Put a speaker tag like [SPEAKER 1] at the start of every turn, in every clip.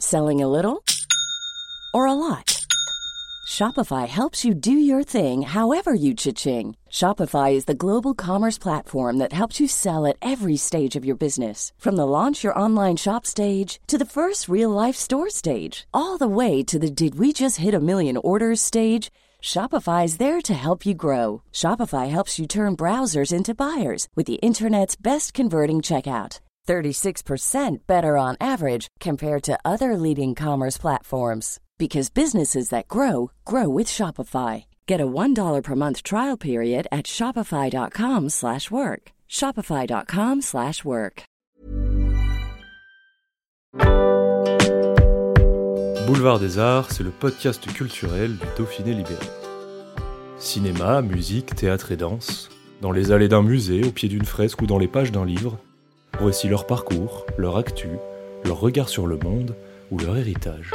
[SPEAKER 1] Selling a little or a lot? Shopify helps you do your thing however you cha-ching. Shopify is the global commerce platform that helps you sell at every stage of your business. From the launch your online shop stage to the first real-life store stage, all the way to the did we just hit a million orders stage. Shopify is there to help you grow. Shopify helps you turn browsers into buyers with the internet's best converting checkout. 36% better on average compared to other leading commerce platforms. Because businesses that grow, grow with Shopify. Get a $1 per month trial period at shopify.com/work. Shopify.com/work.
[SPEAKER 2] Boulevard des Arts, c'est le podcast culturel du Dauphiné libéré. Cinéma, musique, théâtre et danse, dans les allées d'un musée, au pied d'une fresque ou dans les pages d'un livre, voici leur parcours, leur actu, leur regard sur le monde ou leur héritage.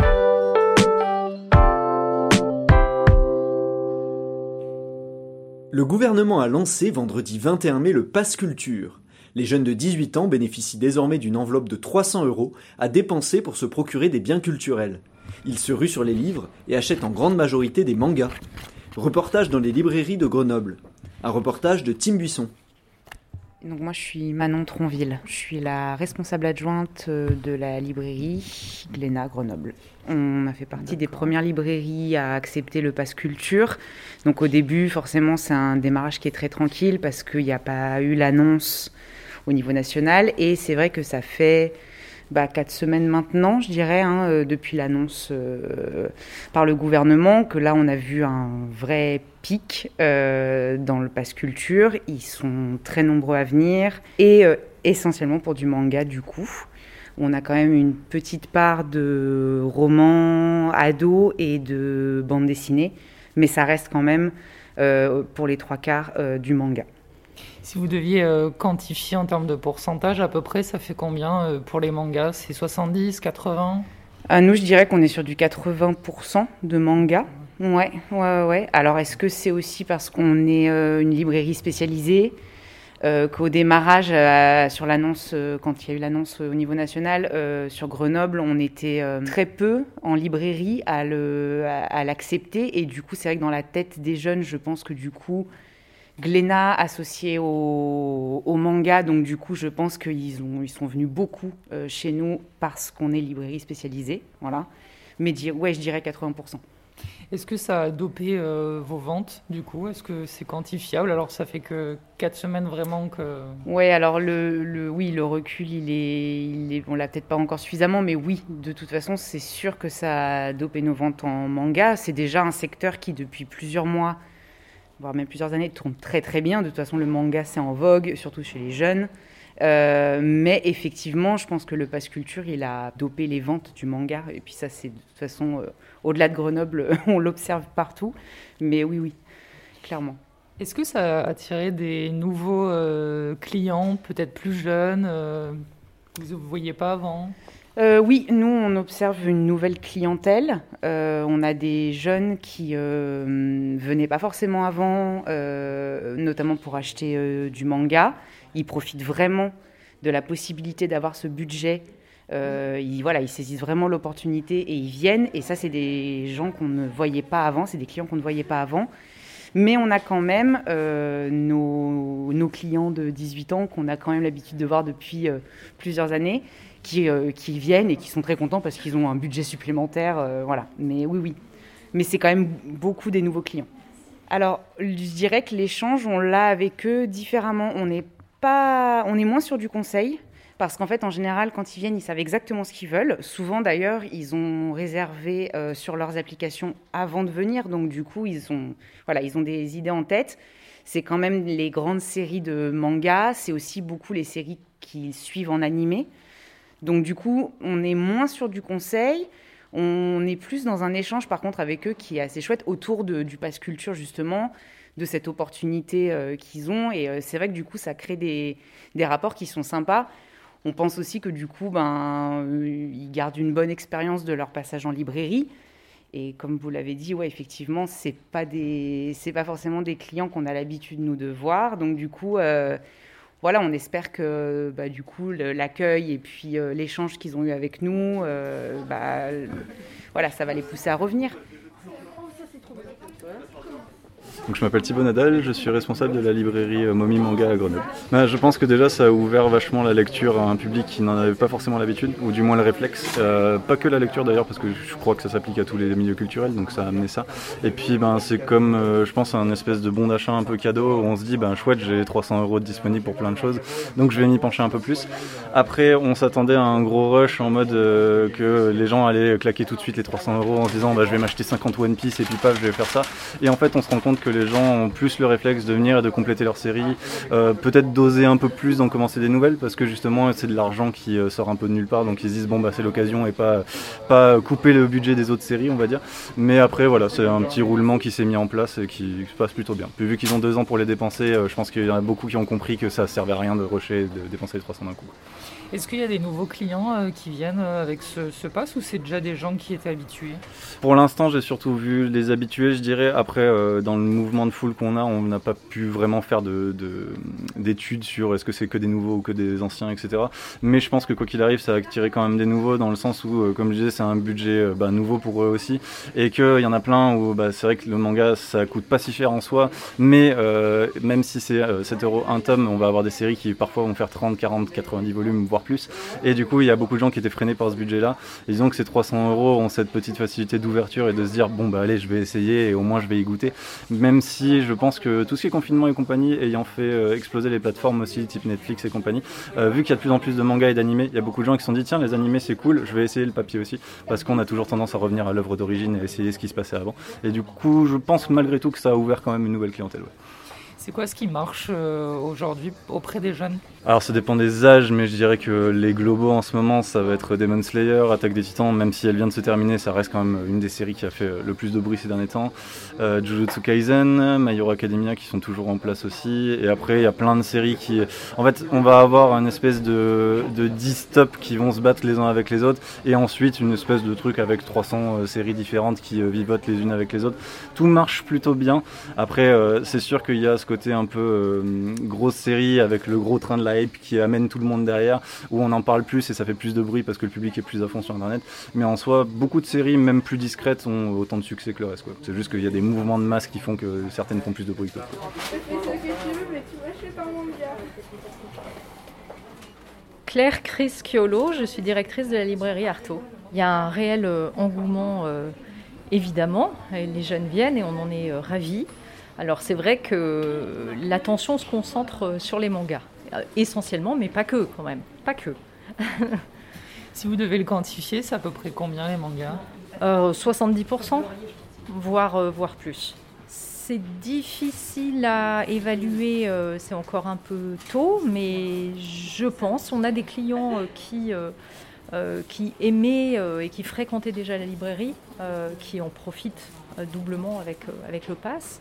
[SPEAKER 3] Le gouvernement a lancé vendredi 21 mai le Pass Culture. Les jeunes de 18 ans bénéficient désormais d'une enveloppe de 300 € à dépenser pour se procurer des biens culturels. Ils se ruent sur les livres et achètent en grande majorité des mangas. Reportage dans les librairies de Grenoble. Un reportage de Tim Buisson.
[SPEAKER 4] Donc moi je suis Manon Tronville, je suis la responsable adjointe de la librairie Glénat Grenoble. On a fait partie des premières librairies à accepter le Pass Culture. Donc au début forcément c'est un démarrage qui est très tranquille parce qu'il n'y a pas eu l'annonce au niveau national et c'est vrai que ça fait 4 semaines maintenant, je dirais, depuis l'annonce par le gouvernement, que là on a vu un vrai pic dans le Pass Culture. Ils sont très nombreux à venir et essentiellement pour du manga du coup. On a quand même une petite part de romans, ados et de bandes dessinées, mais ça reste quand même pour les 3/4 du manga.
[SPEAKER 5] Si vous deviez quantifier en termes de pourcentage, à peu près, ça fait combien pour les mangas ? C'est 70, 80 ?
[SPEAKER 4] Nous, je dirais qu'on est sur du 80% de mangas. Ouais. Alors, est-ce que c'est aussi parce qu'on est une librairie spécialisée qu'au démarrage, sur l'annonce, quand il y a eu l'annonce au niveau national, sur Grenoble, on était très peu en librairie à l'accepter. Et du coup, c'est vrai que dans la tête des jeunes, je pense que du coup, Glénat associé au manga, donc du coup je pense qu'ils sont venus beaucoup chez nous parce qu'on est librairie spécialisée, voilà. Mais je dirais 80%.
[SPEAKER 5] Est-ce que ça a dopé vos ventes du coup ? Est-ce que c'est quantifiable ? Alors ça fait que 4 semaines vraiment que...
[SPEAKER 4] Ouais, alors le recul on l'a peut-être pas encore suffisamment, mais oui, de toute façon c'est sûr que ça a dopé nos ventes en manga. C'est déjà un secteur qui depuis plusieurs mois, voire même plusieurs années, tourne très très bien. De toute façon, le manga, c'est en vogue, surtout chez les jeunes. Mais effectivement, je pense que le Pass Culture, il a dopé les ventes du manga. Et puis ça, c'est de toute façon, au-delà de Grenoble, on l'observe partout. Mais oui, clairement.
[SPEAKER 5] Est-ce que ça a attiré des nouveaux clients, peut-être plus jeunes, que vous ne voyiez pas avant ?
[SPEAKER 4] Oui, nous, on observe une nouvelle clientèle. On a des jeunes qui venaient pas forcément avant, notamment pour acheter du manga. Ils profitent vraiment de la possibilité d'avoir ce budget. Ils saisissent vraiment l'opportunité et ils viennent. Et ça, c'est des gens qu'on ne voyait pas avant, c'est des clients qu'on ne voyait pas avant. Mais on a quand même nos clients de 18 ans qu'on a quand même l'habitude de voir depuis plusieurs années, qui viennent et qui sont très contents parce qu'ils ont un budget supplémentaire, voilà. Mais oui. Mais c'est quand même beaucoup des nouveaux clients. Alors, je dirais que l'échange, on l'a avec eux différemment. On est moins sur du conseil, parce qu'en fait, en général, quand ils viennent, ils savent exactement ce qu'ils veulent. Souvent, d'ailleurs, ils ont réservé sur leurs applications avant de venir. Donc, du coup, ils ont des idées en tête. C'est quand même les grandes séries de manga. C'est aussi beaucoup les séries qu'ils suivent en animé. Donc du coup, on est moins sur du conseil, on est plus dans un échange par contre avec eux qui est assez chouette autour du Pass Culture justement, de cette opportunité qu'ils ont. Et c'est vrai que du coup, ça crée des rapports qui sont sympas. On pense aussi que du coup, ils gardent une bonne expérience de leur passage en librairie. Et comme vous l'avez dit, ouais, effectivement, c'est pas forcément des clients qu'on a l'habitude nous de voir. Donc du coup, voilà, on espère que du coup l'accueil et puis l'échange qu'ils ont eu avec nous, voilà, ça va les pousser à revenir.
[SPEAKER 6] Donc, je m'appelle Thibaut Nadal, je suis responsable de la librairie Momi Manga à Grenoble. Je pense que déjà ça a ouvert vachement la lecture à un public qui n'en avait pas forcément l'habitude, ou du moins le réflexe. Pas que la lecture d'ailleurs, parce que je crois que ça s'applique à tous les milieux culturels, donc ça a amené ça. Et puis c'est comme, je pense, un espèce de bon d'achat un peu cadeau, où on se dit, chouette, j'ai 300 € disponibles pour plein de choses, donc je vais m'y pencher un peu plus. Après, on s'attendait à un gros rush en mode que les gens allaient claquer tout de suite les 300 € en se disant, je vais m'acheter 50 One Piece et puis paf, je vais faire ça. Et en fait, on se rend compte que les gens ont plus le réflexe de venir et de compléter leur série, peut-être d'oser un peu plus d'en commencer des nouvelles, parce que justement c'est de l'argent qui sort un peu de nulle part, donc ils se disent c'est l'occasion et pas couper le budget des autres séries, on va dire. Mais après voilà, c'est un petit roulement qui s'est mis en place et qui se passe plutôt bien. Puis vu qu'ils ont 2 ans pour les dépenser, je pense qu'il y en a beaucoup qui ont compris que ça servait à rien de rusher et de dépenser les 300 d'un coup.
[SPEAKER 5] Est-ce qu'il y a des nouveaux clients qui viennent avec ce pass, ou c'est déjà des gens qui étaient habitués ?
[SPEAKER 6] Pour l'instant, j'ai surtout vu les habitués, je dirais. Après, dans le mouvement de foule qu'on a, on n'a pas pu vraiment faire d'études sur est-ce que c'est que des nouveaux ou que des anciens, etc. Mais je pense que quoi qu'il arrive, ça a attiré quand même des nouveaux, dans le sens où, comme je disais, c'est un budget nouveau pour eux aussi. Et qu'il y en a plein où c'est vrai que le manga, ça coûte pas si cher en soi. Mais même si c'est 7 € un tome, on va avoir des séries qui parfois vont faire 30, 40, 90 volumes, voire plus. Et du coup, il y a beaucoup de gens qui étaient freinés par ce budget-là. Et disons que ces 300 € ont cette petite facilité d'ouverture et de se dire allez, je vais essayer et au moins je vais y goûter. Même si je pense que tout ce qui est confinement et compagnie, ayant fait exploser les plateformes aussi, type Netflix et compagnie, vu qu'il y a de plus en plus de mangas et d'animés, il y a beaucoup de gens qui se sont dit tiens, les animés c'est cool, je vais essayer le papier aussi, parce qu'on a toujours tendance à revenir à l'œuvre d'origine et essayer ce qui se passait avant. Et du coup, je pense malgré tout que ça a ouvert quand même une nouvelle clientèle. Ouais.
[SPEAKER 5] C'est quoi ce qui marche aujourd'hui auprès des jeunes ?
[SPEAKER 6] Alors ça dépend des âges, mais je dirais que les globaux en ce moment, ça va être Demon Slayer, Attaque des Titans, même si elle vient de se terminer, ça reste quand même une des séries qui a fait le plus de bruit ces derniers temps. Jujutsu Kaisen, My Hero Academia qui sont toujours en place aussi, et après il y a plein de séries qui... En fait, on va avoir une espèce de 10 tops qui vont se battre les uns avec les autres, et ensuite une espèce de truc avec 300 séries différentes qui vivotent les unes avec les autres. Tout marche plutôt bien. Après, c'est sûr qu'il y a ce côté un peu grosse série avec le gros train de la hype qui amène tout le monde derrière, où on en parle plus et ça fait plus de bruit parce que le public est plus à fond sur internet. Mais en soi, beaucoup de séries, même plus discrètes, ont autant de succès que le reste, quoi. C'est juste qu'il y a des mouvements de masse qui font que certaines font plus de bruit que d'autres.
[SPEAKER 7] Claire Crisciolo, je suis directrice de la librairie Artaud. Il y a un réel engouement, évidemment, les jeunes viennent et on en est ravis. Alors c'est vrai que l'attention se concentre sur les mangas, essentiellement, mais pas que quand même, pas que.
[SPEAKER 5] Si vous devez le quantifier, c'est à peu près combien les mangas ?
[SPEAKER 7] 70%, voire plus. C'est difficile à évaluer, c'est encore un peu tôt, mais je pense, on a des clients qui aimaient et qui fréquentaient déjà la librairie, qui en profitent doublement avec le pass.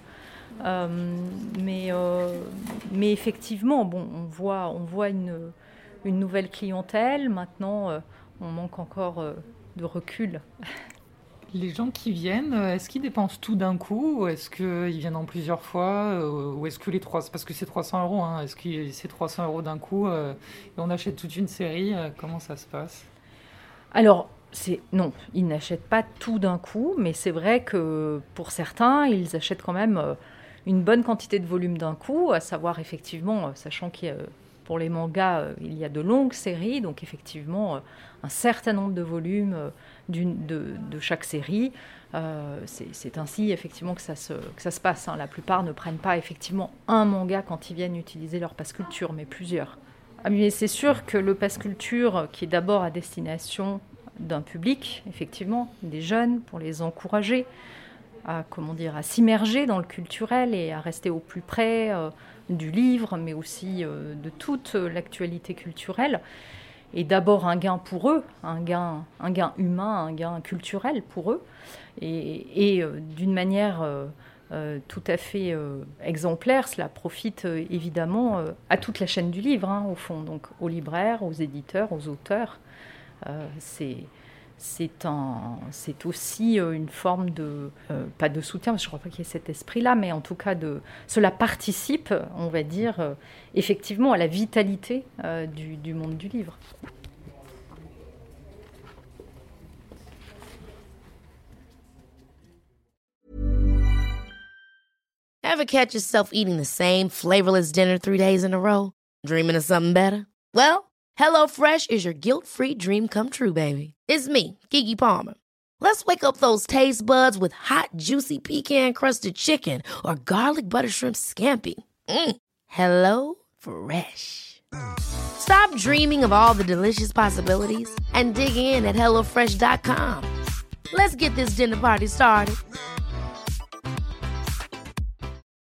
[SPEAKER 7] Mais effectivement, on voit une nouvelle clientèle. Maintenant, on manque encore de recul.
[SPEAKER 5] Les gens qui viennent, est-ce qu'ils dépensent tout d'un coup, ou est-ce qu'ils viennent en plusieurs fois, ou est-ce que les 300, parce que c'est 300 €, hein, est-ce que c'est 300 € d'un coup et on achète toute une série, comment ça se passe ?
[SPEAKER 7] Alors, non, ils n'achètent pas tout d'un coup, mais c'est vrai que pour certains, ils achètent quand même une bonne quantité de volume d'un coup, à savoir effectivement, sachant qu'il y a, pour les mangas, il y a de longues séries, donc effectivement un certain nombre de volumes de chaque série. C'est ainsi effectivement que ça se passe. Hein. La plupart ne prennent pas effectivement un manga quand ils viennent utiliser leur pass culture, mais plusieurs. Mais c'est sûr que le pass culture, qui est d'abord à destination d'un public, effectivement, des jeunes, pour les encourager à s'immerger dans le culturel et à rester au plus près du livre, mais aussi de toute l'actualité culturelle. Et d'abord un gain pour eux, un gain humain, un gain culturel pour eux, et d'une manière tout à fait exemplaire, cela profite évidemment à toute la chaîne du livre, hein, au fond, donc aux libraires, aux éditeurs, aux auteurs. C'est c'est aussi une forme de, pas de soutien, parce que je ne crois pas qu'il y ait cet esprit-là, mais en tout cas, cela participe, on va dire, effectivement à la vitalité du monde du livre.
[SPEAKER 8] Ever catch yourself eating the same flavorless dinner 3 days in a row? Dreaming of something better? Well, HelloFresh is your guilt-free dream come true, baby. It's me, Keke Palmer. Let's wake up those taste buds with hot, juicy pecan-crusted chicken or garlic butter shrimp scampi. Hello Fresh. Stop dreaming of all the delicious possibilities and dig in at HelloFresh.com. Let's get this dinner party started.